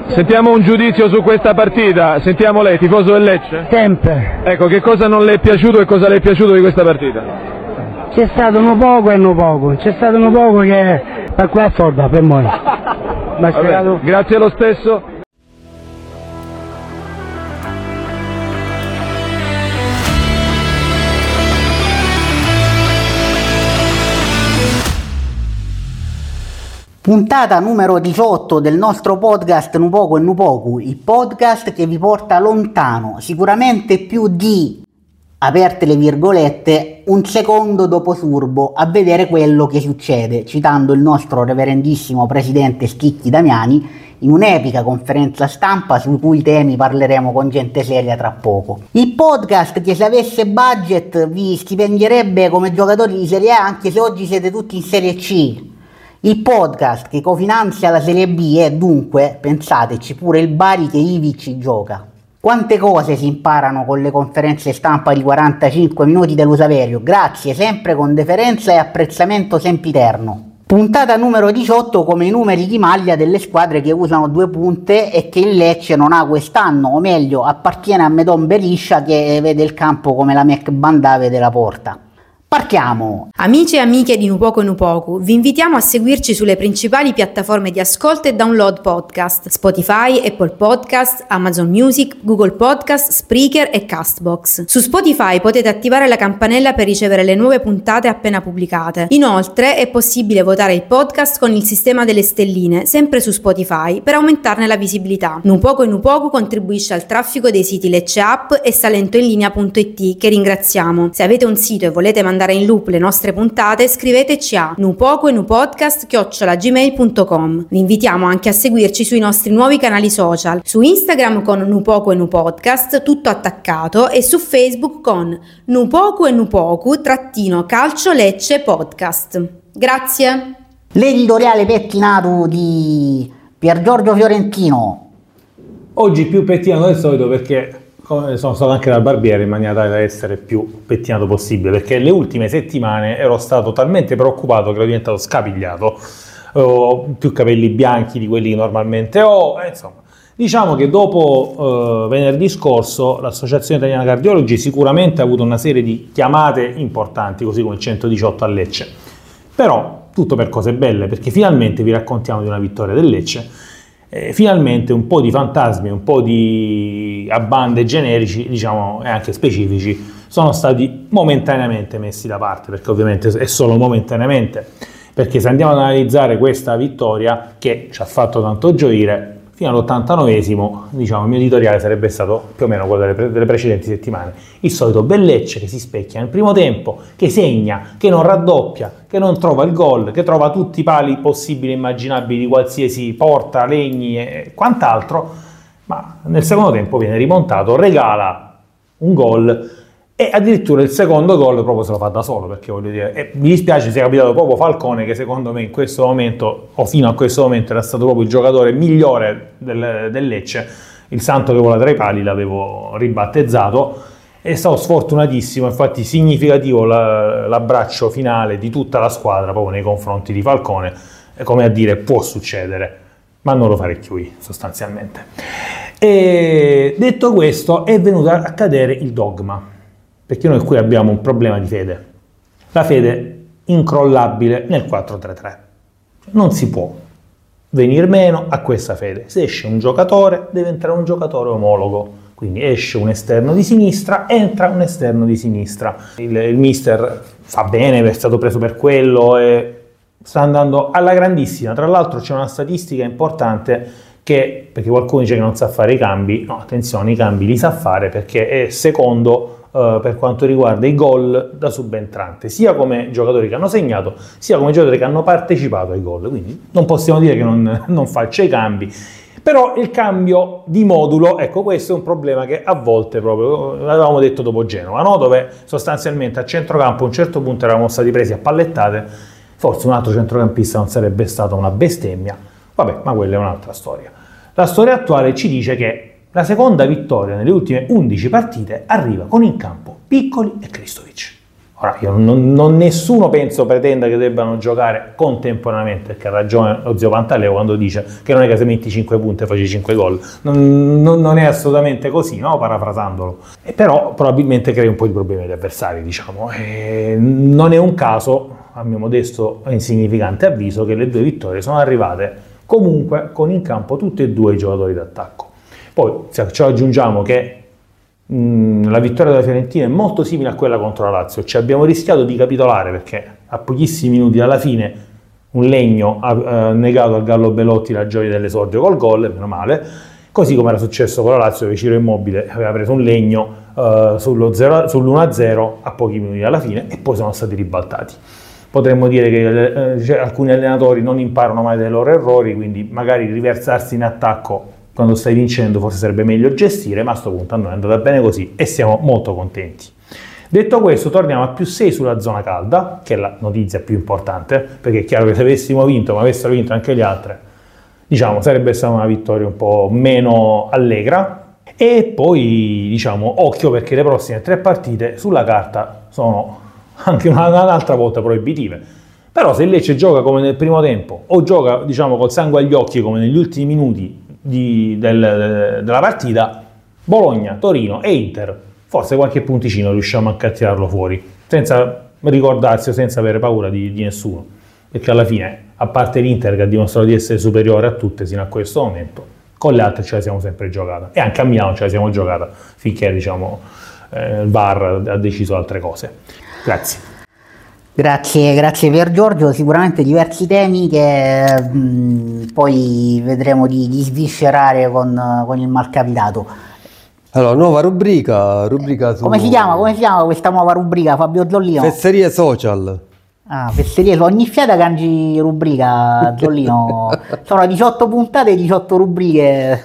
Sentiamo un giudizio su questa partita, sentiamo lei, tifoso del Lecce? Sempre. Ecco, che cosa non le è piaciuto e cosa le è piaciuto di questa partita? C'è stato un poco e un poco, c'è stato un poco che per qua assorda per noi. Vabbè, grazie lo stesso. Puntata numero 18 del nostro podcast Nupoku e Nupoku, il podcast che vi porta lontano, sicuramente più di, aperte le virgolette, un secondo dopo Turbo a vedere quello che succede, citando il nostro reverendissimo presidente Schicchi Damiani in un'epica conferenza stampa su cui temi parleremo con gente seria tra poco. Il podcast che se avesse budget vi stipendierebbe come giocatori di Serie A anche se oggi siete tutti in Serie C. Il podcast che cofinanzia la Serie B e dunque, pensateci, pure il Bari che Ivi ci gioca. Quante cose si imparano con le conferenze stampa di 45 minuti dell'Usaverio, grazie, sempre con deferenza e apprezzamento sempiterno. Puntata numero 18 come i numeri di maglia delle squadre che usano 2 punte e che il Lecce non ha quest'anno, o meglio appartiene a Medon Beriscia che vede il campo come la Mac Bandà vede la porta. Partiamo! Amici e amiche di Nupoku e Nupoku, vi invitiamo a seguirci sulle principali piattaforme di ascolto e download podcast: Spotify, Apple Podcast, Amazon Music, Google Podcast, Spreaker e Castbox. Su Spotify potete attivare la campanella per ricevere le nuove puntate appena pubblicate. Inoltre è possibile votare il podcast con il sistema delle stelline, sempre su Spotify, per aumentarne la visibilità. Nupoku e Nupoku contribuisce al traffico dei siti Lecce App e salentoinlinea.it, che ringraziamo. Se avete un sito e volete mandare in loop le nostre puntate, scriveteci a nupokuenupodcast@gmail.com. Vi invitiamo anche a seguirci sui nostri nuovi canali social, su Instagram con Nupoku e Nupodcast tutto attaccato e su Facebook con Nupoku e Nupoku _calcio Lecce podcast. Grazie. L'editoriale pettinato di Pier Giorgio Fiorentino. Oggi più pettinato del solito perché sono stato anche dal barbiere in maniera tale da essere più pettinato possibile, perché le ultime settimane ero stato talmente preoccupato che ero diventato scapigliato, ho più capelli bianchi di quelli che normalmente ho, insomma. Diciamo che dopo venerdì scorso l'Associazione Italiana Cardiologi sicuramente ha avuto una serie di chiamate importanti, così come il 118 a Lecce, però tutto per cose belle, perché finalmente vi raccontiamo di una vittoria del Lecce. Finalmente un po' di fantasmi, un po' di abbande generici, diciamo, e anche specifici, sono stati momentaneamente messi da parte, perché ovviamente è solo momentaneamente, perché se andiamo ad analizzare questa vittoria che ci ha fatto tanto gioire, fino all'89esimo, diciamo, il mio editoriale sarebbe stato più o meno quello delle precedenti settimane. Il solito Bellecce che si specchia nel primo tempo, che segna, che non raddoppia, che non trova il gol, che trova tutti i pali possibili e immaginabili di qualsiasi porta, legni e quant'altro, ma nel secondo tempo viene rimontato, regala un gol e addirittura il secondo gol proprio se lo fa da solo, perché voglio dire, e mi dispiace sia capitato proprio Falcone, che secondo me in questo momento, o fino a questo momento, era stato proprio il giocatore migliore del Lecce, il santo che vola tra i pali, l'avevo ribattezzato. È stato sfortunatissimo, infatti significativo l'abbraccio finale di tutta la squadra proprio nei confronti di Falcone, come a dire può succedere, ma non lo farei più sostanzialmente. E detto questo è venuto a cadere il dogma, perché noi qui abbiamo un problema di fede, la fede incrollabile nel 4-3-3, non si può venir meno a questa fede. Se esce un giocatore deve entrare un giocatore omologo, quindi esce un esterno di sinistra, entra un esterno di sinistra. Il mister fa bene, è stato preso per quello e sta andando alla grandissima. Tra l'altro c'è una statistica importante che, perché qualcuno dice che non sa fare i cambi, no, attenzione, i cambi li sa fare, perché è secondo per quanto riguarda i gol da subentrante, sia come giocatori che hanno segnato, sia come giocatori che hanno partecipato ai gol, quindi non possiamo dire che non faccia i cambi. Però il cambio di modulo, ecco, questo è un problema che a volte proprio, l'avevamo detto dopo Genova, no? Dove sostanzialmente a centrocampo a un certo punto eravamo stati presi a pallettate, forse un altro centrocampista non sarebbe stata una bestemmia, vabbè, ma quella è un'altra storia. La storia attuale ci dice che la seconda vittoria nelle ultime 11 partite arriva con in campo Piccoli e Kristovic. Ora, nessuno penso pretenda che debbano giocare contemporaneamente, perché ha ragione lo zio Pantaleo quando dice che non è che se metti 5 punti e faci 5 gol, non è assolutamente così, no? Parafrasandolo. Però probabilmente crea un po' di problemi agli avversari, diciamo. Non è un caso, a mio modesto e insignificante avviso, che le 2 vittorie sono arrivate comunque con in campo tutti e 2 i giocatori d'attacco. Poi se ci aggiungiamo che la vittoria della Fiorentina è molto simile a quella contro la Lazio, ci abbiamo rischiato di capitolare perché a pochissimi minuti dalla fine un Legno ha negato al Gallo Belotti la gioia dell'esordio col gol, meno male, così come era successo con la Lazio, dove Ciro Immobile aveva preso un Legno sull'1-0 a pochi minuti dalla fine e poi sono stati ribaltati. Potremmo dire che alcuni allenatori non imparano mai dai loro errori, quindi magari riversarsi in attacco quando stai vincendo forse sarebbe meglio gestire, ma a questo punto a noi è andata bene così e siamo molto contenti. Detto questo, torniamo a +6 sulla zona calda, che è la notizia più importante, perché è chiaro che se avessimo vinto, ma avessero vinto anche gli altri, diciamo, sarebbe stata una vittoria un po' meno allegra. E poi, diciamo, occhio perché le prossime 3 partite sulla carta sono anche un'altra volta proibitive. Però se Lecce gioca come nel primo tempo, o gioca, diciamo, col sangue agli occhi come negli ultimi minuti della partita, Bologna, Torino e Inter, forse qualche punticino riusciamo a catturarlo fuori, senza ricordarsi o senza avere paura di nessuno, perché alla fine, a parte l'Inter che ha dimostrato di essere superiore a tutte sino a questo momento, con le altre ce la siamo sempre giocata, e anche a Milano ce la siamo giocata finché, diciamo, il VAR ha deciso altre cose. Grazie. Grazie Pier Giorgio, sicuramente diversi temi che poi vedremo di sviscerare con il malcapitato. Allora, nuova rubrica su... Come si chiama questa nuova rubrica, Fabio Zollino? Fesserie social. Ah, fesserie, ogni fiata cangi rubrica, Zollino. Sono 18 puntate e 18 rubriche.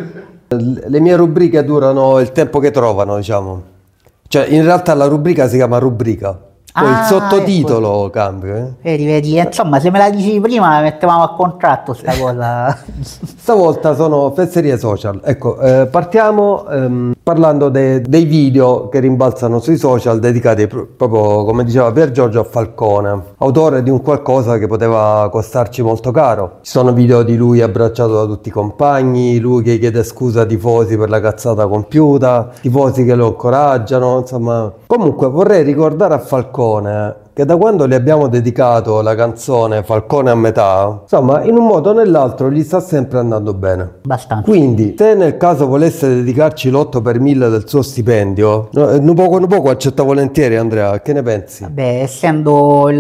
Le mie rubriche durano il tempo che trovano, diciamo. Cioè, in realtà la rubrica si chiama rubrica. Poi il sottotitolo ecco. cambia. Vedi, insomma, se me la dicevi prima mettevamo a contratto sta cosa. Stavolta sono fesserie social. Ecco, partiamo parlando dei video che rimbalzano sui social dedicati proprio, come diceva Pier Giorgio, a Falcone, autore di un qualcosa che poteva costarci molto caro. Ci sono video di lui abbracciato da tutti i compagni, lui che chiede scusa ai tifosi per la cazzata compiuta, tifosi che lo incoraggiano, insomma. Comunque vorrei ricordare a Falcone che da quando gli abbiamo dedicato la canzone Falcone a metà, insomma, in un modo o nell'altro gli sta sempre andando bene. Abbastanza. Quindi, se nel caso volesse dedicarci l'8 per 1000 del suo stipendio, un poco accetta volentieri, Andrea, che ne pensi? Beh, essendo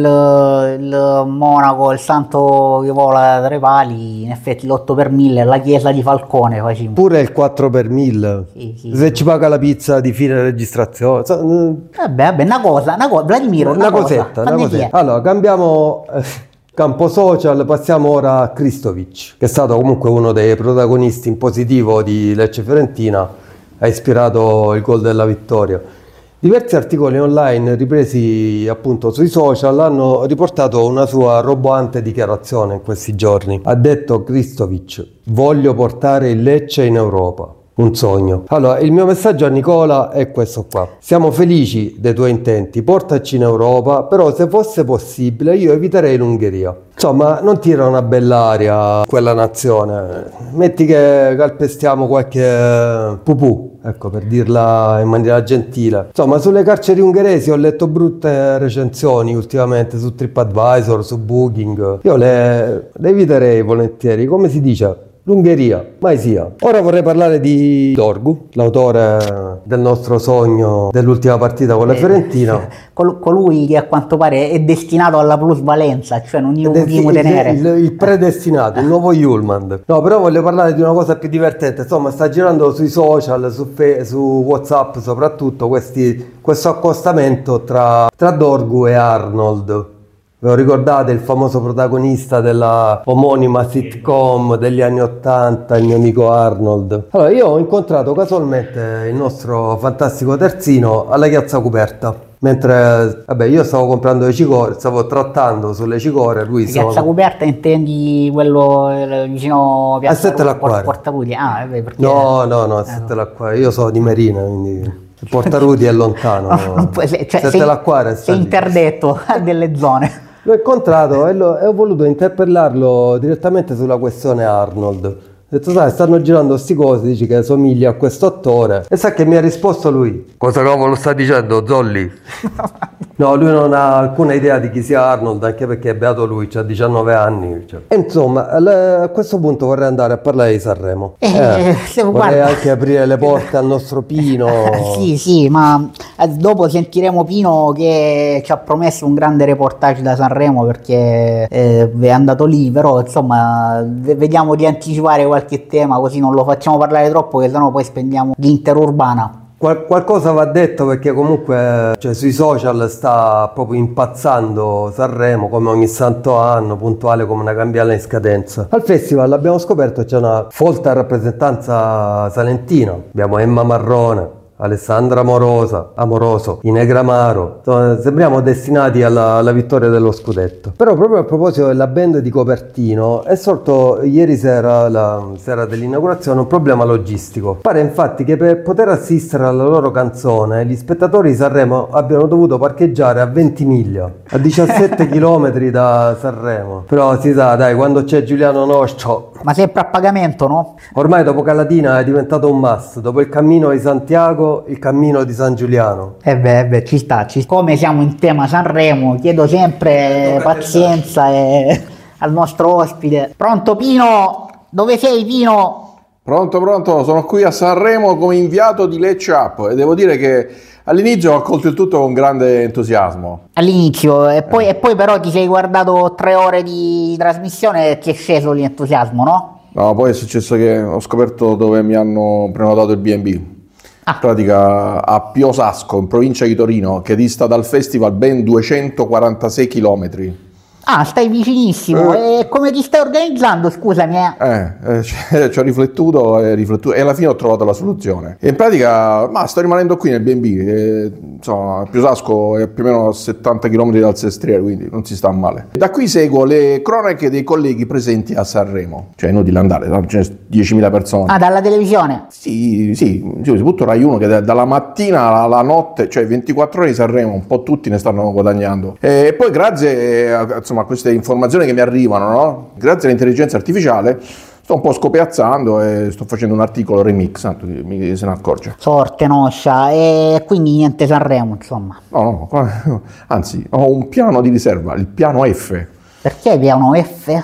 il Monaco, il santo che vola tra i pali, in effetti l'8 per 1000 la chiesa di Falcone facciamo. Pure il 4 per 1000, sì. Se ci paga la pizza di fine registrazione. Vabbè, una cosa, Vladimiro, una cosetta. Allora, cambiamo campo social, passiamo ora a Kristovic, che è stato comunque uno dei protagonisti in positivo di Lecce Fiorentina, ha ispirato il gol della vittoria. Diversi articoli online ripresi appunto sui social hanno riportato una sua roboante dichiarazione in questi giorni. Ha detto Kristovic: voglio portare il Lecce in Europa. Un sogno. Allora, il mio messaggio a Nicola è questo qua. Siamo felici dei tuoi intenti, portaci in Europa, però se fosse possibile io eviterei l'Ungheria. Insomma, non tira una bella aria quella nazione. Metti che calpestiamo qualche pupù, ecco, per dirla in maniera gentile. Insomma, sulle carceri ungheresi ho letto brutte recensioni ultimamente su TripAdvisor, su Booking. Io le eviterei volentieri, come si dice? L'Ungheria, mai sia. Ora vorrei parlare di Dorgu, l'autore del nostro sogno dell'ultima partita con la Fiorentina. Colui che a quanto pare è destinato alla plusvalenza, cioè non io vogliamo tenere. Il predestinato, il nuovo Yulman. No, però voglio parlare di una cosa più divertente. Insomma, sta girando sui social, su WhatsApp soprattutto, questo accostamento tra Dorgu e Arnold. Ve lo ricordate, il famoso protagonista della omonima sitcom degli anni '80, il mio amico Arnold? Allora, io ho incontrato casualmente il nostro fantastico terzino alla Piazza Coperta. Mentre, io stavo comprando le cicore, stavo trattando sulle cicore, lui Piazza Coperta intendi quello vicino a Piazza Sette l'Acquario. Porta Puglia? No, a Sette l'Acquario, io sono di Marina, quindi... Porta Rudy è lontano. Sei interdetto a delle zone. L'ho incontrato e ho voluto interpellarlo direttamente sulla questione Arnold. Ho detto, sai, stanno girando sti cose, dici che somiglia a questo attore. E sa che mi ha risposto lui? Cosa cavolo sta dicendo, Zolli? No, lui non ha alcuna idea di chi sia Arnold, anche perché è beato lui, ha 19 anni. Cioè. E insomma, a questo punto vorrei andare a parlare di Sanremo. Vorrei anche aprire le porte al nostro Pino. Sì, ma dopo sentiremo Pino che ci ha promesso un grande reportage da Sanremo perché è andato lì, però insomma vediamo di anticipare qualche tema così non lo facciamo parlare troppo, che sennò poi spendiamo l'intera urbana. Qualcosa va detto perché comunque sui social sta proprio impazzando Sanremo come ogni santo anno, puntuale come una cambiale in scadenza. Al festival abbiamo scoperto che c'è una folta rappresentanza salentina, abbiamo Emma Marrone, Alessandra Amoroso, Inegramaro, sembriamo destinati alla vittoria dello scudetto. Però proprio a proposito della band di Copertino è sorto ieri sera, la sera dell'inaugurazione, un problema logistico. Pare infatti che per poter assistere alla loro canzone gli spettatori di Sanremo abbiano dovuto parcheggiare a 20 miglia, a 17 km da Sanremo. Però si sa, dai, quando c'è Giuliano Nostro... Ma sempre a pagamento, no? Ormai dopo Calatina è diventato un must, dopo il cammino di Santiago il cammino di San Giuliano. Ci sta. Come siamo in tema Sanremo, chiedo sempre pazienza al nostro ospite. Pronto Pino? Dove sei Pino? Pronto, sono qui a Sanremo come inviato di Lecce Up e devo dire che all'inizio ho accolto il tutto con grande entusiasmo. All'inizio, e poi però ti sei guardato 3 ore di trasmissione e ti è sceso l'entusiasmo, no? No, poi è successo che ho scoperto dove mi hanno prenotato il B&B. In pratica a Piosasco, in provincia di Torino, che dista dal festival ben 246 chilometri. Ah, stai vicinissimo. E come ti stai organizzando, scusami? Ci ho riflettuto e alla fine ho trovato la soluzione. E in pratica, sto rimanendo qui nel B&B, insomma, Piosasco è più o meno a 70 km dal Sestriere, quindi non si sta male. Da qui seguo le cronache dei colleghi presenti a Sanremo. Cioè, è inutile andare, c'è 10.000 persone. Ah, dalla televisione? Sì, soprattutto Rai 1 che dalla mattina alla notte, cioè 24 ore di Sanremo, un po' tutti ne stanno guadagnando. E poi grazie a queste informazioni che mi arrivano, no? Grazie all'intelligenza artificiale sto un po' scopiazzando e sto facendo un articolo remix, tanto mi se ne accorge. Sorte noscia, e quindi niente Sanremo, insomma. No, anzi, ho un piano di riserva, il piano F. Perché il piano F?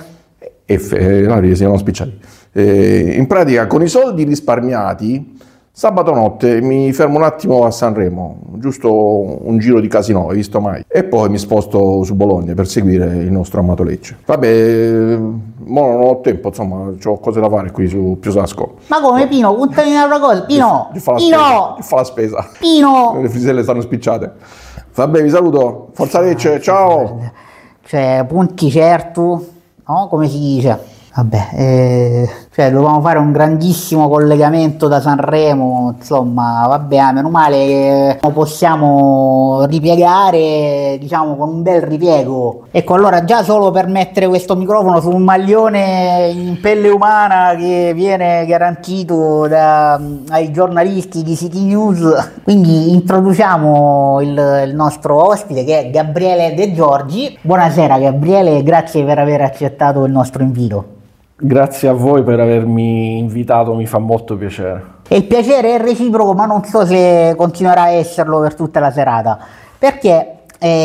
No, si chiamano spicciati. In pratica, con i soldi risparmiati, sabato notte mi fermo un attimo a Sanremo, giusto un giro di casino, hai visto mai? E poi mi sposto su Bologna per seguire il nostro amato Lecce. Vabbè, mo non ho tempo, insomma, ho cose da fare qui su Piosasco. Ma come Pino? Puntami una cosa, Pino! Chi fa la spesa? Pino! Le friselle stanno spicciate. Vabbè, vi saluto, forza Lecce, ciao! Cioè, punti certo, no? Come si dice? Vabbè, dovevamo fare un grandissimo collegamento da Sanremo, insomma, vabbè, meno male che possiamo ripiegare, diciamo, con un bel ripiego. Ecco, allora già solo per mettere questo microfono su un maglione in pelle umana che viene garantito ai giornalisti di City News, quindi introduciamo il nostro ospite che è Gabriele De Giorgi. Buonasera Gabriele, grazie per aver accettato il nostro invito. Grazie a voi per avermi invitato, mi fa molto piacere. E il piacere è reciproco, ma non so se continuerà a esserlo per tutta la serata, perché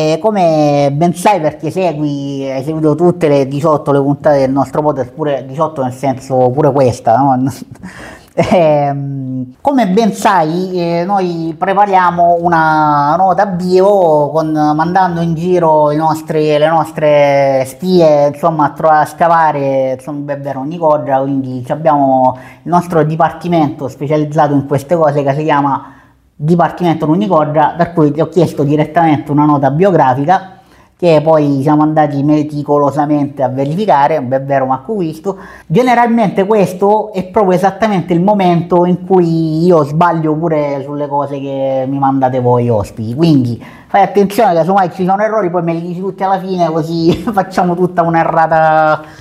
come ben sai, perché hai seguito tutte le 18 le puntate del nostro podcast, pure 18 nel senso pure questa, no? Come ben sai, noi prepariamo una nota bio mandando in giro le nostre spie, insomma, a scavare, insomma, davvero ogni cosa. Quindi abbiamo il nostro dipartimento specializzato in queste cose che si chiama Dipartimento Unicorda, per cui ti ho chiesto direttamente una nota biografica che poi siamo andati meticolosamente a verificare, beh, vero Marco Cristo. Generalmente questo è proprio esattamente il momento in cui io sbaglio pure sulle cose che mi mandate voi ospiti, quindi fai attenzione che casomai ci sono errori, poi me li dici tutti alla fine, così facciamo tutta un'errata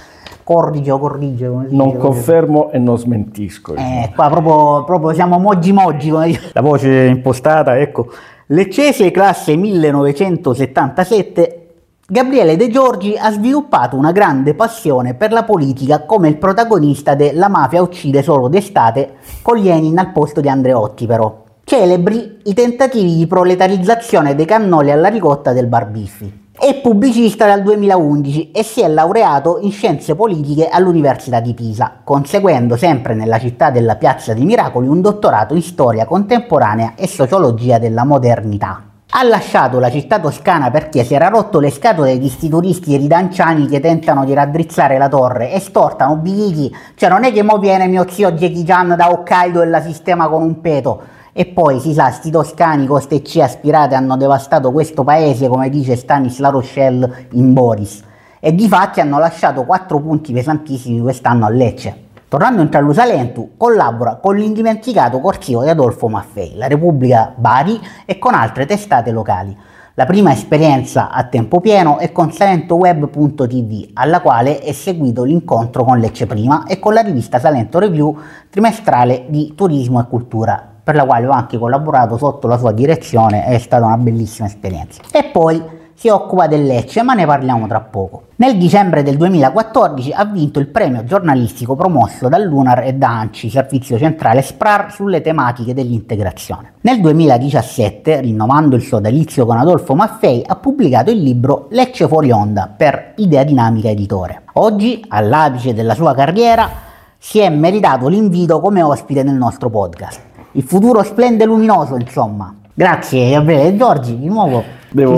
corrige o corrige, come si Non dice? confermo e non smentisco. Qua proprio siamo moggi, come dice. La voce impostata, ecco. Leccese, classe 1977. Gabriele De Giorgi ha sviluppato una grande passione per la politica come il protagonista de La mafia uccide solo d'estate, con Lenin al posto di Andreotti però. Celebri i tentativi di proletarizzazione dei cannoli alla ricotta del Bar Biffi. È pubblicista dal 2011 e si è laureato in scienze politiche all'Università di Pisa, conseguendo sempre nella città della Piazza dei Miracoli un dottorato in storia contemporanea e sociologia della modernità. Ha lasciato la città toscana perché si era rotto le scatole di sti turisti ridanciani che tentano di raddrizzare la torre e stortano bichi, cioè non è che mo viene mio zio Jackie Chan da Hokkaido e la sistema con un peto. E poi si sa, sti toscani con ste C aspirate hanno devastato questo paese, come dice Stanis La Rochelle in Boris, e difatti hanno lasciato 4 punti pesantissimi quest'anno a Lecce. Tornando in Tralusalentu, collabora con l'indimenticato corsivo di Adolfo Maffei, La Repubblica Bari e con altre testate locali. La prima esperienza a tempo pieno è con SalentoWeb.tv, alla quale è seguito l'incontro con Lecce Prima e con la rivista Salento Review trimestrale di turismo e cultura, per la quale ho anche collaborato sotto la sua direzione. È stata una bellissima esperienza. E poi si occupa del Lecce, ma ne parliamo tra poco. Nel dicembre del 2014 ha vinto il premio giornalistico promosso dall'UNAR e da ANCI, Servizio Centrale SPRAR, sulle tematiche dell'integrazione. Nel 2017, rinnovando il suo delizio con Adolfo Maffei, ha pubblicato il libro Lecce fuori onda per Idea Dinamica Editore. Oggi, all'apice della sua carriera, si è meritato l'invito come ospite nel nostro podcast. Il futuro splende luminoso, insomma. Grazie Gabriele Giorgi, di nuovo.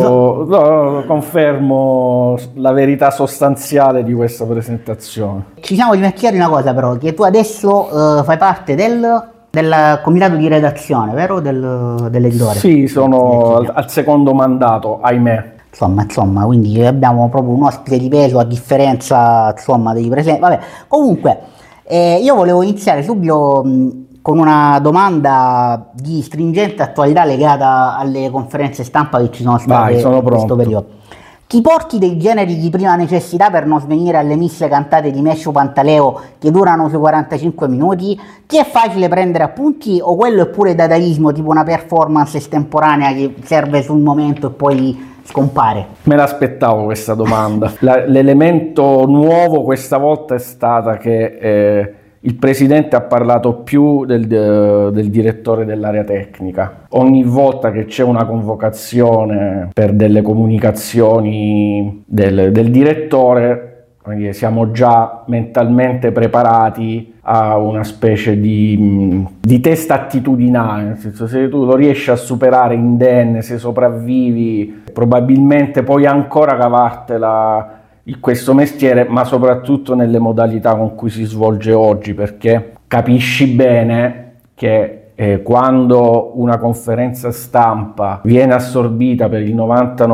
Confermo la verità sostanziale di questa presentazione. Ci siamo dimenticati una cosa però, che tu adesso fai parte del comitato di redazione, vero? Dell'editore. Sì, sono al secondo mandato, ahimè. Insomma, quindi abbiamo proprio un ospite di peso a differenza, insomma, dei presenti. Vabbè, comunque, io volevo iniziare subito con una domanda di stringente attualità legata alle conferenze stampa che ci sono state in questo periodo. Ti porti dei generi di prima necessità per non svenire alle misse cantate di Mescio Pantaleo che durano sui 45 minuti? Ti è facile prendere appunti o quello è pure dadaismo, tipo una performance estemporanea che serve sul momento e poi scompare? Me l'aspettavo questa domanda. L'elemento nuovo questa volta è stata che il presidente ha parlato più del direttore dell'area tecnica. Ogni volta che c'è una convocazione per delle comunicazioni del direttore, siamo già mentalmente preparati a una specie di test attitudinale, nel senso, se tu lo riesci a superare indenne, se sopravvivi, probabilmente puoi ancora cavartela questo mestiere, ma soprattutto nelle modalità con cui si svolge oggi, perché capisci bene che quando una conferenza stampa viene assorbita per il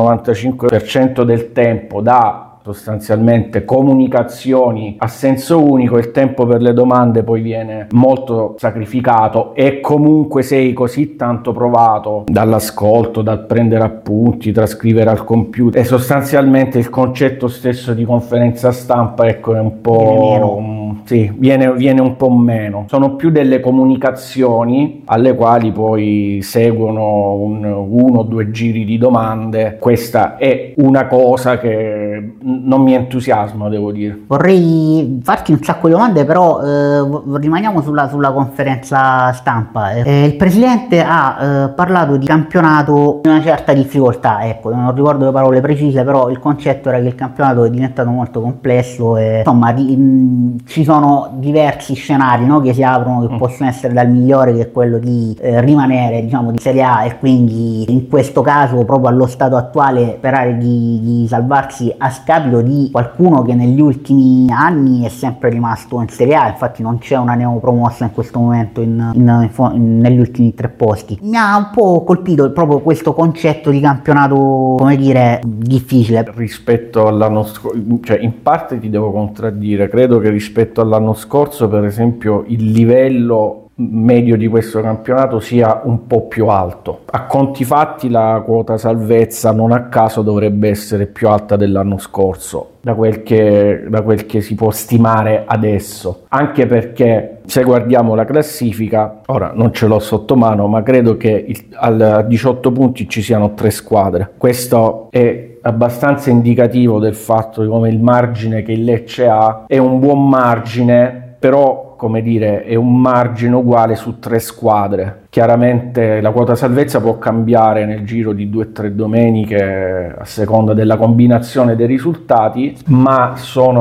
90-95% del tempo da sostanzialmente comunicazioni a senso unico, il tempo per le domande poi viene molto sacrificato e comunque sei così tanto provato dall'ascolto, dal prendere appunti, trascrivere al computer, e sostanzialmente il concetto stesso di conferenza stampa, ecco, è un po' viene un po' meno. Sono più delle comunicazioni alle quali poi seguono uno o due giri di domande. Questa è una cosa che non mi entusiasma, devo dire. Vorrei farti un sacco di domande, però rimaniamo sulla conferenza stampa. Il presidente ha parlato di campionato di una certa difficoltà, ecco, non ricordo le parole precise, però il concetto era che il campionato è diventato molto complesso e insomma ci sono diversi scenari, no, che si aprono, che possono essere dal migliore, che è quello di rimanere, diciamo, di Serie A, e quindi in questo caso proprio allo stato attuale sperare di salvarsi a scapito di qualcuno che negli ultimi anni è sempre rimasto in Serie A. Infatti non c'è una neopromossa in questo momento negli ultimi 3 posti. Mi ha un po' colpito proprio questo concetto di campionato, come dire, difficile rispetto all'anno scorso. Cioè, in parte ti devo contraddire, credo che rispetto all'anno scorso, per esempio, il livello medio di questo campionato sia un po' più alto. A conti fatti la quota salvezza non a caso dovrebbe essere più alta dell'anno scorso, da quel che si può stimare adesso, anche perché se guardiamo la classifica, ora non ce l'ho sotto mano, ma credo che a 18 punti ci siano 3 squadre. Questo è abbastanza indicativo del fatto di come il margine che il Lecce ha è un buon margine, però come dire, è un margine uguale su 3 squadre. Chiaramente la quota salvezza può cambiare nel giro di 2 o 3 domeniche a seconda della combinazione dei risultati, ma sono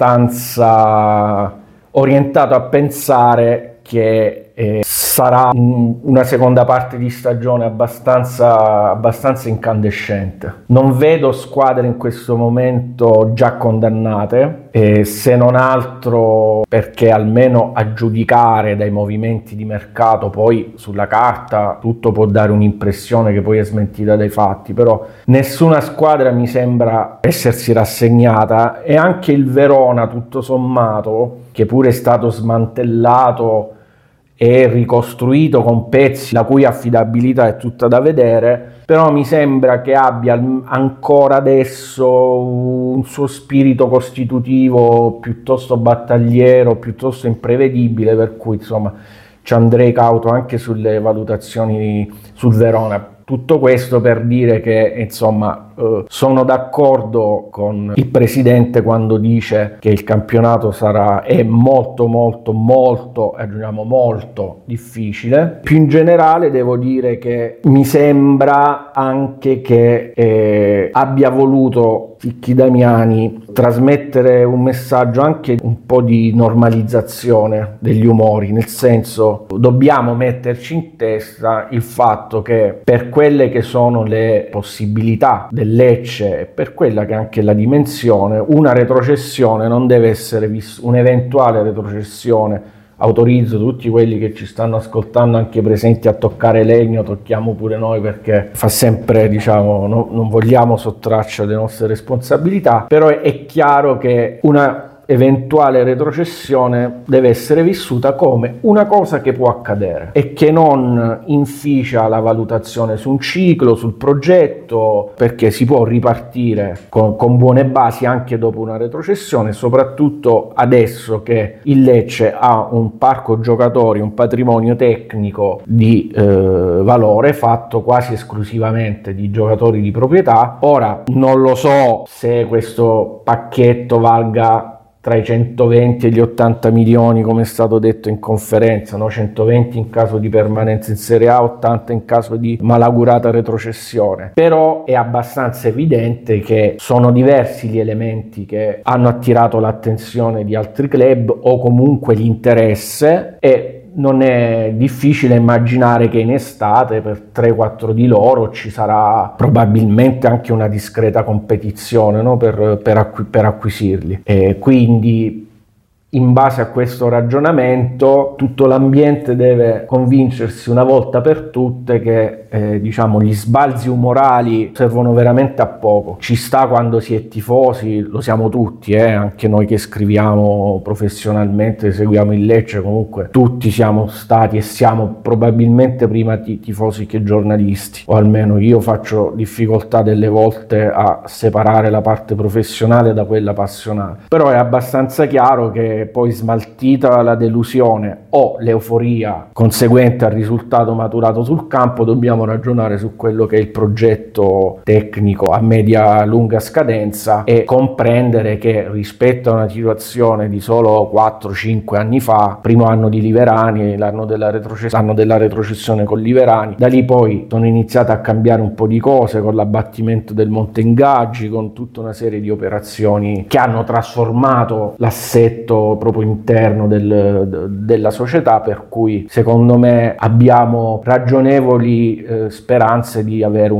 abbastanza orientato a pensare che sarà una seconda parte di stagione abbastanza incandescente. Non vedo squadre in questo momento già condannate, se non altro perché almeno a giudicare dai movimenti di mercato, poi sulla carta tutto può dare un'impressione che poi è smentita dai fatti, però nessuna squadra mi sembra essersi rassegnata, e anche il Verona tutto sommato, che pure è stato smantellato e ricostruito con pezzi la cui affidabilità è tutta da vedere, però mi sembra che abbia ancora adesso un suo spirito costitutivo piuttosto battagliero, piuttosto imprevedibile, per cui insomma ci andrei cauto anche sulle valutazioni sul Verona. Tutto questo per dire che insomma sono d'accordo con il presidente quando dice che il campionato è molto aggiungiamo molto difficile. Più in generale devo dire che mi sembra anche che abbia voluto Chicchi Damiani trasmettere un messaggio anche un po' di normalizzazione degli umori, nel senso, dobbiamo metterci in testa il fatto che per quelle che sono le possibilità del Lecce e per quella che è anche la dimensione, una retrocessione non deve essere un'eventuale retrocessione. Autorizzo tutti quelli che ci stanno ascoltando, anche presenti, a toccare legno, tocchiamo pure noi, perché fa sempre, diciamo, non vogliamo sottrarci alle nostre responsabilità, però è chiaro che una eventuale retrocessione deve essere vissuta come una cosa che può accadere e che non inficia la valutazione su un ciclo, sul progetto, perché si può ripartire con buone basi anche dopo una retrocessione, soprattutto adesso che il Lecce ha un parco giocatori, un patrimonio tecnico di valore fatto quasi esclusivamente di giocatori di proprietà. Ora non lo so se questo pacchetto valga tra i 120 e gli 80 milioni, come è stato detto in conferenza, no? 120 in caso di permanenza in Serie A, 80 in caso di malaugurata retrocessione. Però è abbastanza evidente che sono diversi gli elementi che hanno attirato l'attenzione di altri club o comunque l'interesse, e non è difficile immaginare che in estate per 3-4 di loro ci sarà probabilmente anche una discreta competizione, no? per acquisirli. E quindi, in base a questo ragionamento, tutto l'ambiente deve convincersi una volta per tutte che diciamo gli sbalzi umorali servono veramente a poco. Ci sta quando si è tifosi, lo siamo tutti, anche noi che scriviamo professionalmente, seguiamo il Lecce, comunque tutti siamo stati e siamo probabilmente prima tifosi che giornalisti, o almeno io faccio difficoltà delle volte a separare la parte professionale da quella passionale. Però è abbastanza chiaro che poi, smaltita la delusione o l'euforia conseguente al risultato maturato sul campo, dobbiamo ragionare su quello che è il progetto tecnico a media-lunga scadenza e comprendere che rispetto a una situazione di solo 4-5 anni fa, primo anno di Liverani, l'anno della retrocessione con Liverani, da lì poi sono iniziate a cambiare un po' di cose con l'abbattimento del monte ingaggi, con tutta una serie di operazioni che hanno trasformato l'assetto proprio interno della società, per cui secondo me abbiamo ragionevoli speranze di avere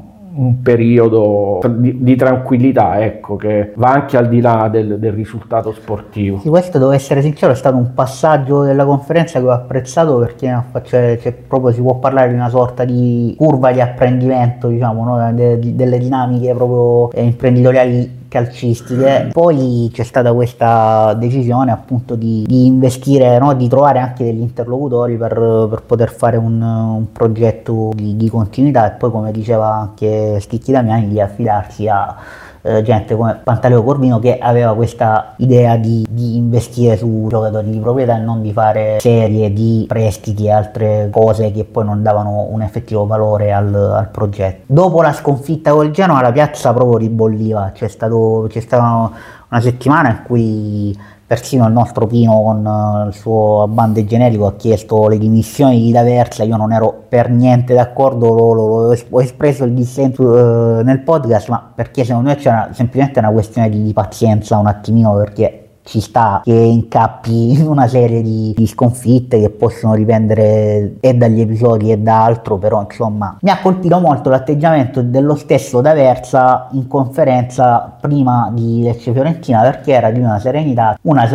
un periodo di tranquillità, ecco, che va anche al di là del risultato sportivo. Sì, questo, devo essere sincero, è stato un passaggio della conferenza che ho apprezzato, perché c'è proprio, si può parlare di una sorta di curva di apprendimento, diciamo, no? Delle dinamiche proprio imprenditoriali calcistiche. Poi c'è stata questa decisione appunto di investire, no? Di trovare anche degli interlocutori per poter fare un progetto di continuità, e poi, come diceva anche Schicchi Damiani, di affidarsi a gente come Pantaleo Corvino, che aveva questa idea di investire su giocatori di proprietà e non di fare serie di prestiti e altre cose che poi non davano un effettivo valore al progetto. Dopo la sconfitta col Genoa la piazza proprio ribolliva, c'è stata una settimana in cui persino il nostro Pino, con il suo bande generico, ha chiesto le dimissioni di D'Aversa. Io non ero per niente d'accordo, ho espresso il dissenso nel podcast, ma perché secondo me c'è semplicemente una questione di pazienza un attimino, perché ci sta che incappi in una serie di sconfitte che possono riprendere e dagli episodi e da altro, però insomma mi ha colpito molto l'atteggiamento dello stesso D'Aversa in conferenza prima di Lecce Fiorentina, perché era di una serenità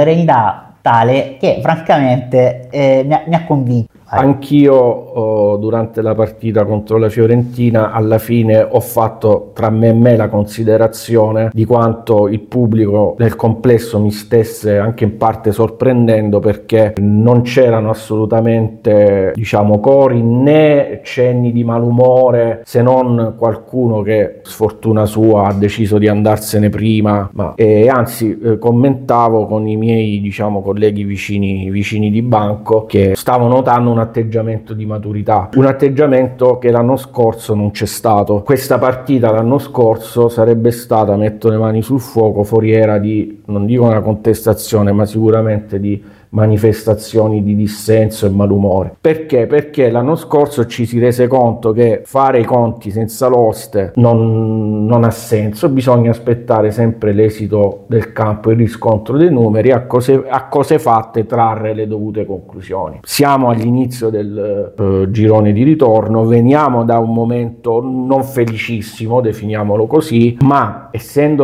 tale che francamente mi ha convinto. Anch'io durante la partita contro la Fiorentina alla fine ho fatto tra me e me la considerazione di quanto il pubblico nel complesso mi stesse anche in parte sorprendendo, perché non c'erano assolutamente, diciamo, cori né cenni di malumore, se non qualcuno che, sfortuna sua, ha deciso di andarsene prima, e anzi commentavo con i miei, diciamo, colleghi vicini di banco che stavo notando un atteggiamento di maturità, un atteggiamento che l'anno scorso non c'è stato. Questa partita l'anno scorso sarebbe stata, metto le mani sul fuoco, foriera di, non dico una contestazione, ma sicuramente di manifestazioni di dissenso e malumore. Perché? Perché l'anno scorso ci si rese conto che fare i conti senza l'oste non ha senso, bisogna aspettare sempre l'esito del campo, il riscontro dei numeri, a cose fatte trarre le dovute conclusioni. Siamo all'inizio del girone di ritorno, veniamo da un momento non felicissimo, definiamolo così, ma essendo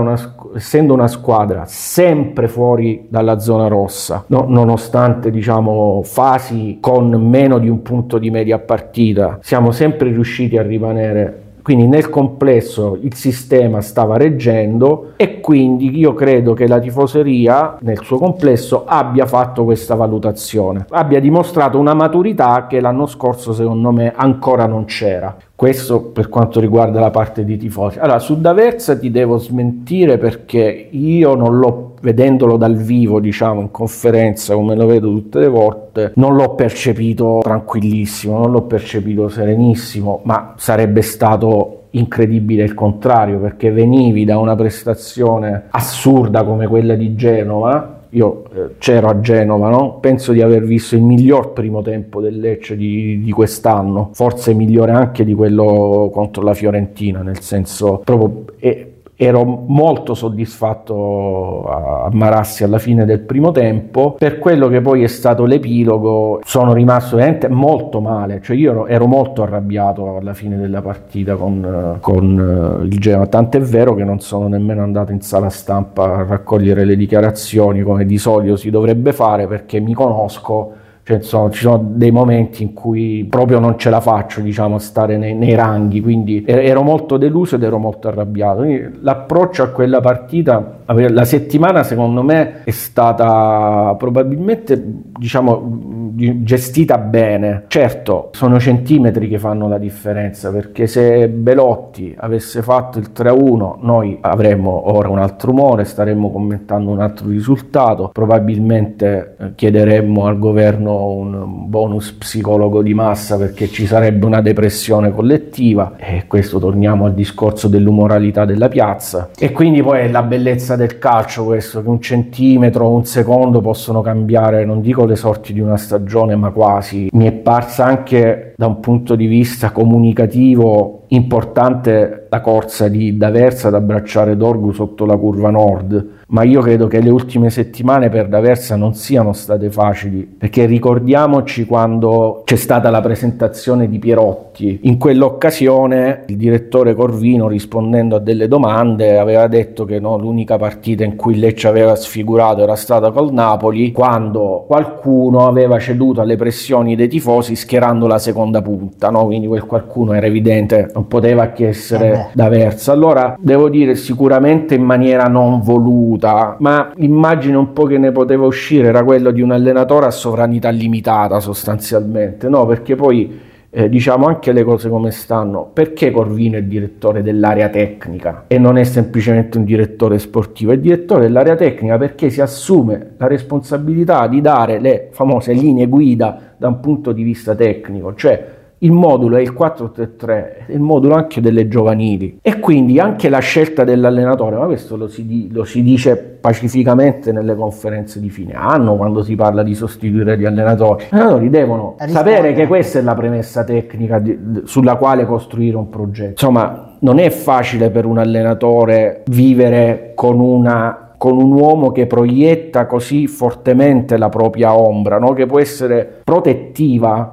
una squadra sempre fuori dalla zona rossa, nonostante, diciamo, fasi con meno di un punto di media partita, siamo sempre riusciti a rimanere. Quindi nel complesso il sistema stava reggendo, e quindi io credo che la tifoseria nel suo complesso abbia fatto questa valutazione, abbia dimostrato una maturità che l'anno scorso secondo me ancora non c'era. Questo per quanto riguarda la parte di tifosi. Allora, su D'Aversa ti devo smentire, perché io non l'ho, vedendolo dal vivo, diciamo, in conferenza, come lo vedo tutte le volte, non l'ho percepito tranquillissimo, non l'ho percepito serenissimo, ma sarebbe stato incredibile il contrario, perché venivi da una prestazione assurda come quella di Genova. Io c'ero a Genova, no? Penso di aver visto il miglior primo tempo del Lecce di quest'anno, forse migliore anche di quello contro la Fiorentina, nel senso proprio ero molto soddisfatto a Marassi alla fine del primo tempo. Per quello che poi è stato l'epilogo sono rimasto veramente molto male, cioè io ero molto arrabbiato alla fine della partita con il Genoa, tant'è vero che non sono nemmeno andato in sala stampa a raccogliere le dichiarazioni come di solito si dovrebbe fare, perché mi conosco. Cioè, insomma, ci sono dei momenti in cui proprio non ce la faccio, diciamo, a stare nei ranghi, quindi ero molto deluso ed ero molto arrabbiato. Quindi l'approccio a quella partita, la settimana secondo me è stata probabilmente, diciamo, gestita bene. Certo, sono centimetri che fanno la differenza, perché se Belotti avesse fatto il 3-1 noi avremmo ora un altro umore, staremmo commentando un altro risultato, probabilmente chiederemmo al governo un bonus psicologo di massa, perché ci sarebbe una depressione collettiva, e questo torniamo al discorso dell'umoralità della piazza. E quindi poi è la bellezza del calcio questo, che un centimetro, un secondo possono cambiare, non dico le sorti di una stagione, ma quasi. Mi è parsa anche da un punto di vista comunicativo importante la corsa di D'Aversa ad abbracciare Dorgu sotto la curva nord, ma io credo che le ultime settimane per D'Aversa non siano state facili, perché ricordiamoci quando c'è stata la presentazione di Pierotti. In quell'occasione il direttore Corvino, rispondendo a delle domande, aveva detto che no, l'unica partita in cui Lecce aveva sfigurato era stata col Napoli, quando qualcuno aveva ceduto alle pressioni dei tifosi schierando la seconda seconda punta, no? Quindi quel qualcuno era evidente, non poteva che essere D'Aversa. Allora devo dire sicuramente in maniera non voluta, ma l'immagine un po' che ne poteva uscire era quello di un allenatore a sovranità limitata sostanzialmente, no? Perché poi diciamo anche le cose come stanno. Perché Corvino è direttore dell'area tecnica e non è semplicemente un direttore sportivo? È direttore dell'area tecnica perché si assume la responsabilità di dare le famose linee guida da un punto di vista tecnico, cioè il modulo è il 4-3-3, il modulo anche delle giovanili, e quindi anche la scelta dell'allenatore, ma questo lo si dice pacificamente nelle conferenze di fine anno quando si parla di sostituire gli allenatori. Gli allenatori devono sapere che questa è la premessa tecnica sulla quale costruire un progetto. Insomma, non è facile per un allenatore vivere con un uomo che proietta così fortemente la propria ombra, no? Che può essere protettiva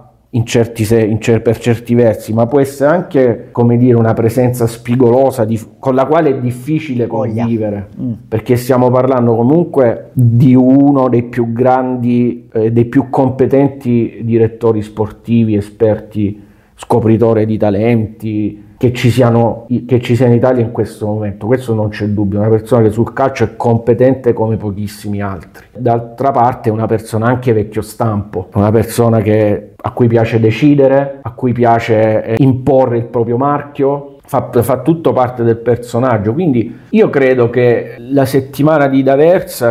per certi versi, ma può essere anche, come dire, una presenza spigolosa con la quale è difficile convivere, perché stiamo parlando comunque di uno dei più grandi, dei più competenti direttori sportivi, esperti, scopritori di talenti che ci sia in Italia in questo momento. Questo non c'è dubbio, una persona che sul calcio è competente come pochissimi altri. D'altra parte è una persona anche vecchio stampo, una persona a cui piace decidere, a cui piace imporre il proprio marchio, fa tutto parte del personaggio. Quindi io credo che la settimana di D'Aversa,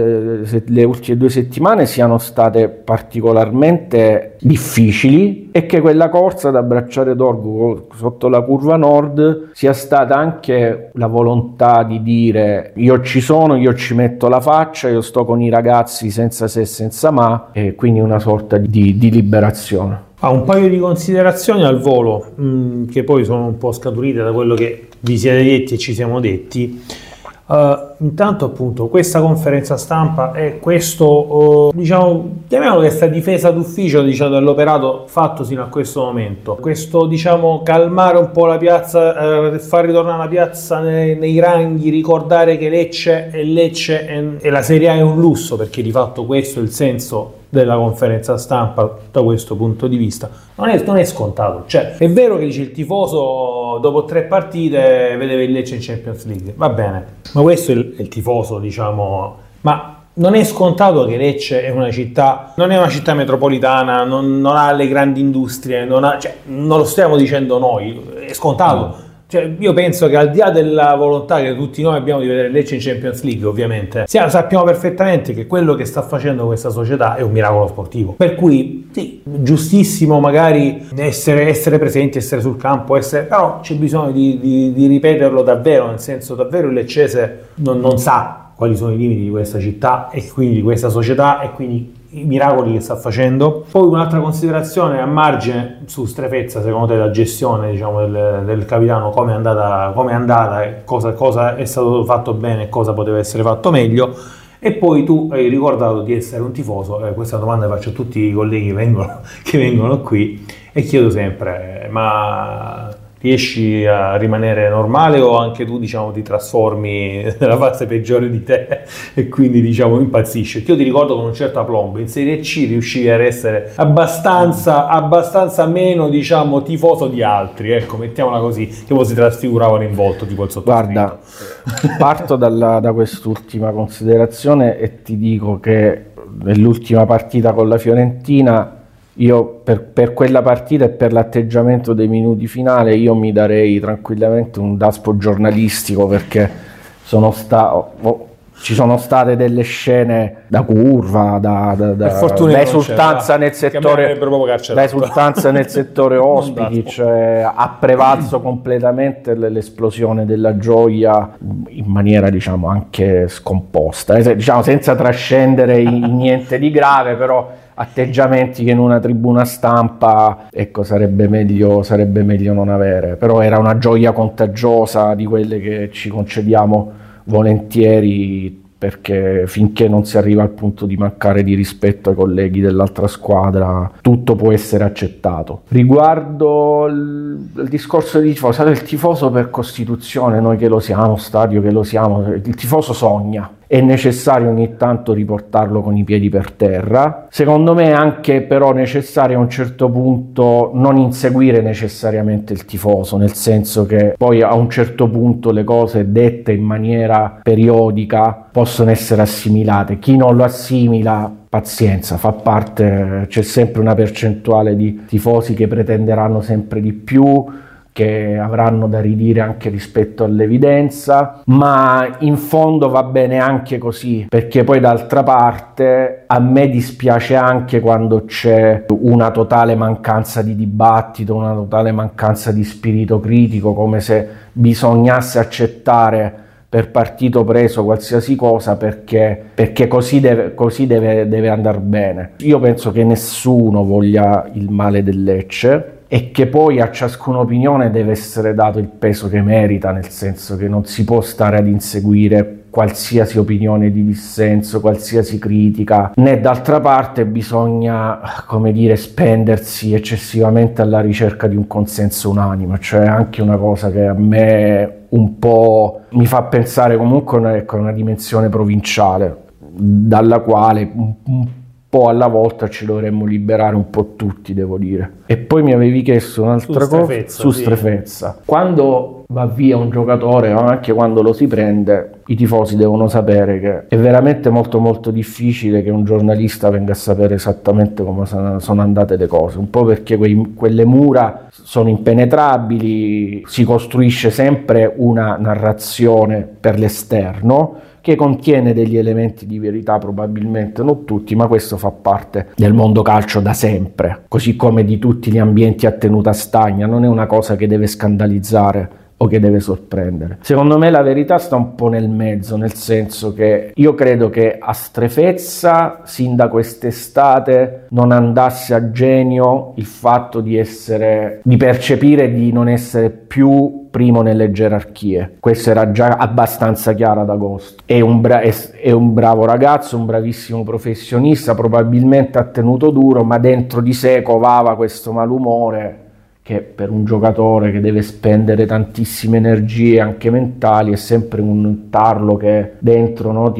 le ultime 2 settimane siano state particolarmente difficili, e che quella corsa da Bracciale d'Orgo sotto la curva nord sia stata anche la volontà di dire: io ci sono, io ci metto la faccia, io sto con i ragazzi senza se senza ma, e quindi una sorta di liberazione. Un paio di considerazioni al volo, che poi sono un po' scaturite da quello che vi siete detti e ci siamo detti. Intanto, appunto, questa conferenza stampa e questo, diciamo, chiamiamolo questa difesa d'ufficio, diciamo, dell'operato fatto sino a questo momento. Questo, diciamo, calmare un po' la piazza, far ritornare la piazza nei ranghi, ricordare che Lecce e la Serie A è un lusso, perché di fatto questo è il senso della conferenza stampa da questo punto di vista. Non è scontato. Cioè, è vero che dice il tifoso dopo 3 partite vedeva il Lecce in Champions League, va bene, ma questo è il tifoso, diciamo, ma non è scontato che Lecce è una città, non è una città metropolitana, non ha le grandi industrie, non lo stiamo dicendo noi, è scontato. Cioè, io penso che al di là della volontà che tutti noi abbiamo di vedere Lecce in Champions League, ovviamente, sappiamo perfettamente che quello che sta facendo questa società è un miracolo sportivo. Per cui, sì, giustissimo magari essere presenti, essere sul campo, però c'è bisogno di ripeterlo davvero, nel senso, davvero il leccese non sa quali sono i limiti di questa città e quindi di questa società e quindi i miracoli che sta facendo. Poi un'altra considerazione a margine su Strefezza: secondo te la gestione, diciamo, del capitano come è andata e cosa è stato fatto bene e cosa poteva essere fatto meglio? E poi tu hai ricordato di essere un tifoso, questa domanda faccio a tutti i colleghi che vengono qui e chiedo sempre: ma riesci a rimanere normale o anche tu, diciamo, ti trasformi nella fase peggiore di te e quindi, diciamo, impazzisci? Io ti ricordo con un certo aplombo in Serie C riuscivi ad essere abbastanza meno, diciamo, tifoso di altri, ecco, mettiamola così, che poi si trasfiguravano in volto tipo il sottoscritto. Guarda, parto da quest'ultima considerazione e ti dico che nell'ultima partita con la Fiorentina, io per quella partita e per l'atteggiamento dei minuti finali io mi darei tranquillamente un daspo giornalistico, perché ci sono state delle scene da curva, da esultanza nel settore ospiti, cioè ha prevalso completamente l'esplosione della gioia in maniera, diciamo, anche scomposta, diciamo, senza trascendere in niente di grave, però atteggiamenti che in una tribuna stampa, ecco, sarebbe meglio non avere. Però era una gioia contagiosa, di quelle che ci concediamo volentieri, perché finché non si arriva al punto di mancare di rispetto ai colleghi dell'altra squadra, tutto può essere accettato. Riguardo il discorso di tifoso, il tifoso per costituzione, noi che lo siamo, stadio che lo siamo, il tifoso sogna. è necessario ogni tanto riportarlo con i piedi per terra. Secondo me è anche però necessario a un certo punto non inseguire necessariamente il tifoso, nel senso che poi a un certo punto le cose dette in maniera periodica possono essere assimilate. Chi non lo assimila, pazienza, fa parte, c'è sempre una percentuale di tifosi che pretenderanno sempre di più, che avranno da ridire anche rispetto all'evidenza, ma in fondo va bene anche così, perché poi d'altra parte a me dispiace anche quando c'è una totale mancanza di dibattito, una totale mancanza di spirito critico, come se bisognasse accettare per partito preso qualsiasi cosa perché così deve andare bene. Io penso che nessuno voglia il male del Lecce e che poi a ciascuna opinione deve essere dato il peso che merita, nel senso che non si può stare ad inseguire qualsiasi opinione di dissenso, qualsiasi critica, né d'altra parte bisogna, come dire, spendersi eccessivamente alla ricerca di un consenso unanime, cioè anche una cosa che a me un po' mi fa pensare comunque a una dimensione provinciale, dalla quale un po' alla volta ci dovremmo liberare un po' tutti, devo dire. E poi mi avevi chiesto un'altra cosa su Strefezza. Quando va via un giocatore, o anche quando lo si prende, i tifosi devono sapere che è veramente molto molto difficile che un giornalista venga a sapere esattamente come sono andate le cose, un po' perché quelle mura sono impenetrabili, si costruisce sempre una narrazione per l'esterno che contiene degli elementi di verità, probabilmente non tutti, ma questo fa parte del mondo calcio da sempre, così come di tutti gli ambienti a tenuta stagna, non è una cosa che deve scandalizzare o che deve sorprendere. Secondo me la verità sta un po' nel mezzo, nel senso che io credo che a Strefezza sin da quest'estate non andasse a genio il fatto di percepire di non essere più primo nelle gerarchie. Questo era già abbastanza chiaro ad agosto. È un bravo ragazzo, un bravissimo professionista, probabilmente ha tenuto duro, ma dentro di sé covava questo malumore che per un giocatore che deve spendere tantissime energie anche mentali è sempre un tarlo che dentro, no,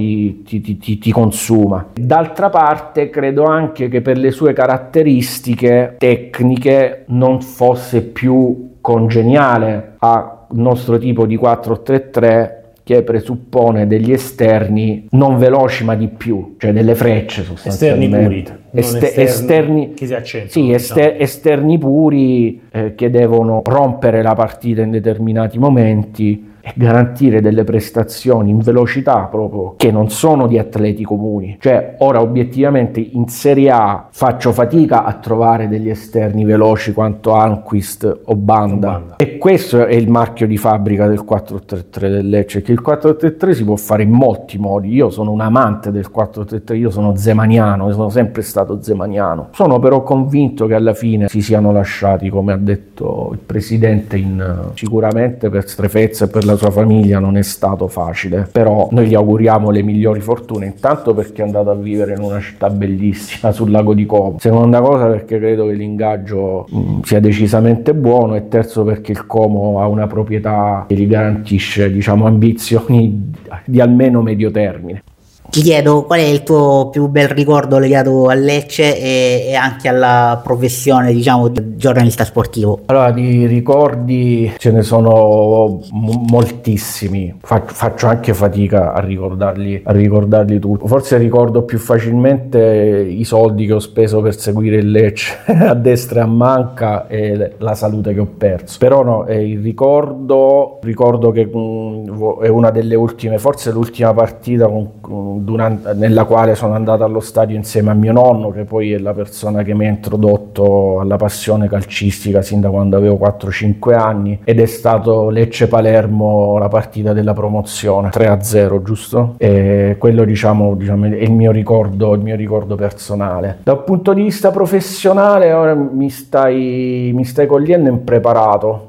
ti consuma. D'altra parte credo anche che per le sue caratteristiche tecniche non fosse più congeniale al nostro tipo di 4-3-3 che presuppone degli esterni non veloci ma di più, cioè delle frecce sostanzialmente. Esterni che si accentuano. Sì, diciamo. Esterni puri che devono rompere la partita in determinati momenti e garantire delle prestazioni in velocità proprio che non sono di atleti comuni. Cioè ora obiettivamente in Serie A faccio fatica a trovare degli esterni veloci quanto Almqvist o Banda. E questo è il marchio di fabbrica del 4-3-3 del Lecce, che il 4-3-3 si può fare in molti modi. Io sono un amante del 4-3-3, io sono zemaniano, sono sempre stato zemaniano. Sono però convinto che alla fine si siano lasciati, come ha detto il presidente, sicuramente per Strefezza e per la sua famiglia non è stato facile, però noi gli auguriamo le migliori fortune, intanto perché è andato a vivere in una città bellissima sul lago di Como, seconda cosa perché credo che l'ingaggio sia decisamente buono, e terzo perché il Como ha una proprietà che gli garantisce, diciamo, ambizioni di almeno medio termine. Ti chiedo qual è il tuo più bel ricordo legato al Lecce e anche alla professione, diciamo, di giornalista sportivo. Allora, di ricordi ce ne sono moltissimi, faccio anche fatica a ricordarli tutti. Forse ricordo più facilmente i soldi che ho speso per seguire il Lecce a destra e a manca e la salute che ho perso. Però no, il ricordo che è una delle ultime, forse l'ultima partita nella quale sono andato allo stadio insieme a mio nonno, che poi è la persona che mi ha introdotto alla passione calcistica sin da quando avevo 4-5 anni, ed è stato Lecce-Palermo, la partita della promozione 3-0, giusto? E quello diciamo è il mio ricordo personale. Dal punto di vista professionale ora mi stai cogliendo impreparato,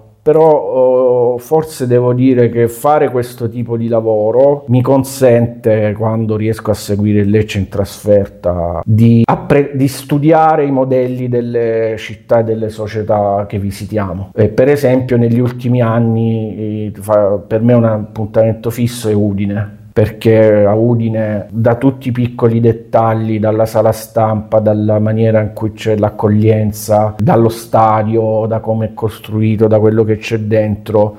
però forse devo dire che fare questo tipo di lavoro mi consente, quando riesco a seguire il Lecce in trasferta, di studiare i modelli delle città e delle società che visitiamo. E per esempio negli ultimi anni per me un appuntamento fisso è Udine. perché a Udine, da tutti i piccoli dettagli, dalla sala stampa, dalla maniera in cui c'è l'accoglienza, dallo stadio, da come è costruito, da quello che c'è dentro,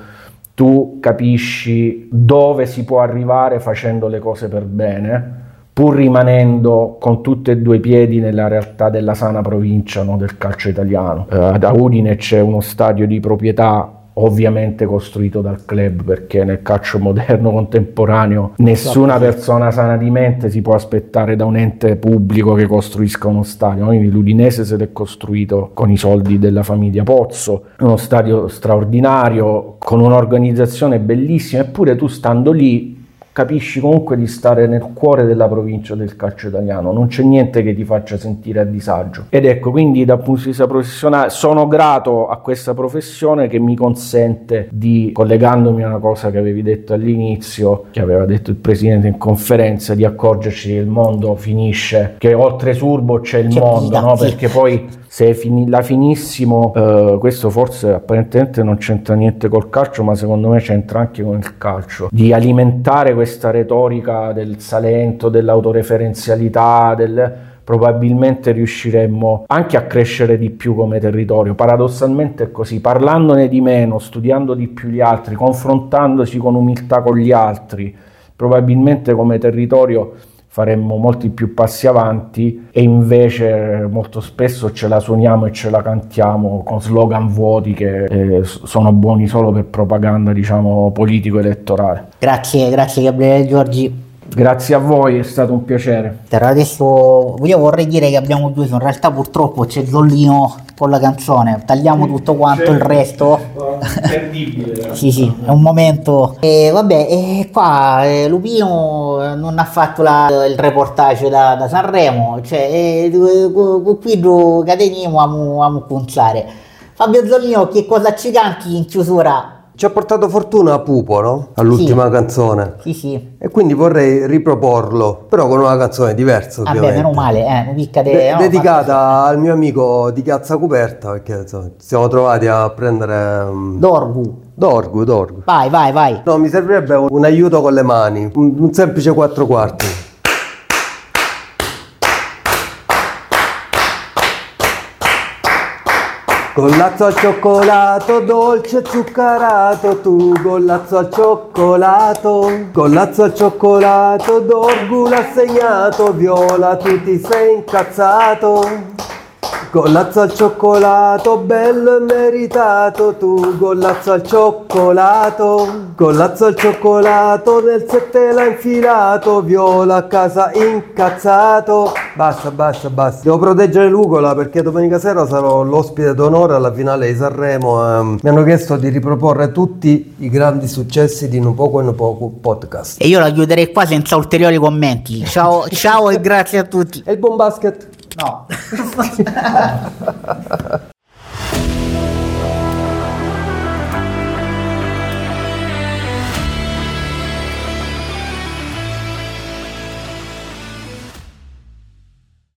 tu capisci dove si può arrivare facendo le cose per bene, pur rimanendo con tutti e due i piedi nella realtà della sana provincia, no, del calcio italiano. Ad Udine c'è uno stadio di proprietà ovviamente costruito dal club, perché nel calcio moderno contemporaneo nessuna persona sana di mente si può aspettare da un ente pubblico che costruisca uno stadio. Quindi l'Udinese se l'è costruito con i soldi della famiglia Pozzo, uno stadio straordinario con un'organizzazione bellissima, eppure tu stando lì capisci comunque di stare nel cuore della provincia del calcio italiano, non c'è niente che ti faccia sentire a disagio. Ed ecco, quindi dal punto di vista professionale sono grato a questa professione che mi consente di, collegandomi a una cosa che avevi detto all'inizio, che aveva detto il presidente in conferenza, di accorgerci che il mondo finisce, che oltre Surbo c'è il mondo, no? Perché poi se la finissimo, questo forse apparentemente non c'entra niente col calcio, ma secondo me c'entra anche con il calcio, di alimentare questa retorica del Salento, dell'autoreferenzialità, probabilmente riusciremmo anche a crescere di più come territorio. Paradossalmente è così, parlandone di meno, studiando di più gli altri, confrontandosi con umiltà con gli altri, probabilmente come territorio faremmo molti più passi avanti, e invece molto spesso ce la suoniamo e ce la cantiamo con slogan vuoti che sono buoni solo per propaganda, diciamo, politico-elettorale. Grazie Gabriele Giorgi. Grazie a voi, è stato un piacere. Adesso io vorrei dire che abbiamo chiuso, in realtà purtroppo c'è Zollino con la canzone, tagliamo tutto quanto il resto. Terribile. Sì, è un momento. E vabbè, qua Lupino non ha fatto il reportage da Sanremo, cioè qui cateniamo a punzare. Fabio Zollino, che cosa ci canti in chiusura? Ci ha portato fortuna Pupo, no? All'ultima canzone. Sì. E quindi vorrei riproporlo, però con una canzone diversa, ovviamente. Vabbè, meno male, dedicata al mio amico di Piazza Coperta, perché insomma, ci siamo trovati a prendere... Dorgu. Vai. No, mi servirebbe un aiuto con le mani, un semplice 4/4. Gollazzo al cioccolato, dolce e zuccherato, tu gollazzo al cioccolato, Dorgu l'ha segnato, Viola tu ti sei incazzato. Gollazzo al cioccolato, bello e meritato, tu gollazzo al cioccolato, nel 7 l'ha infilato, Viola a casa incazzato. Basta. Devo proteggere l'ugola perché domenica sera sarò l'ospite d'onore alla finale di Sanremo. Mi hanno chiesto di riproporre tutti i grandi successi di Nupoco e Nupoco podcast. E io la chiuderei qua senza ulteriori commenti. Ciao e grazie a tutti. E il buon basket? No.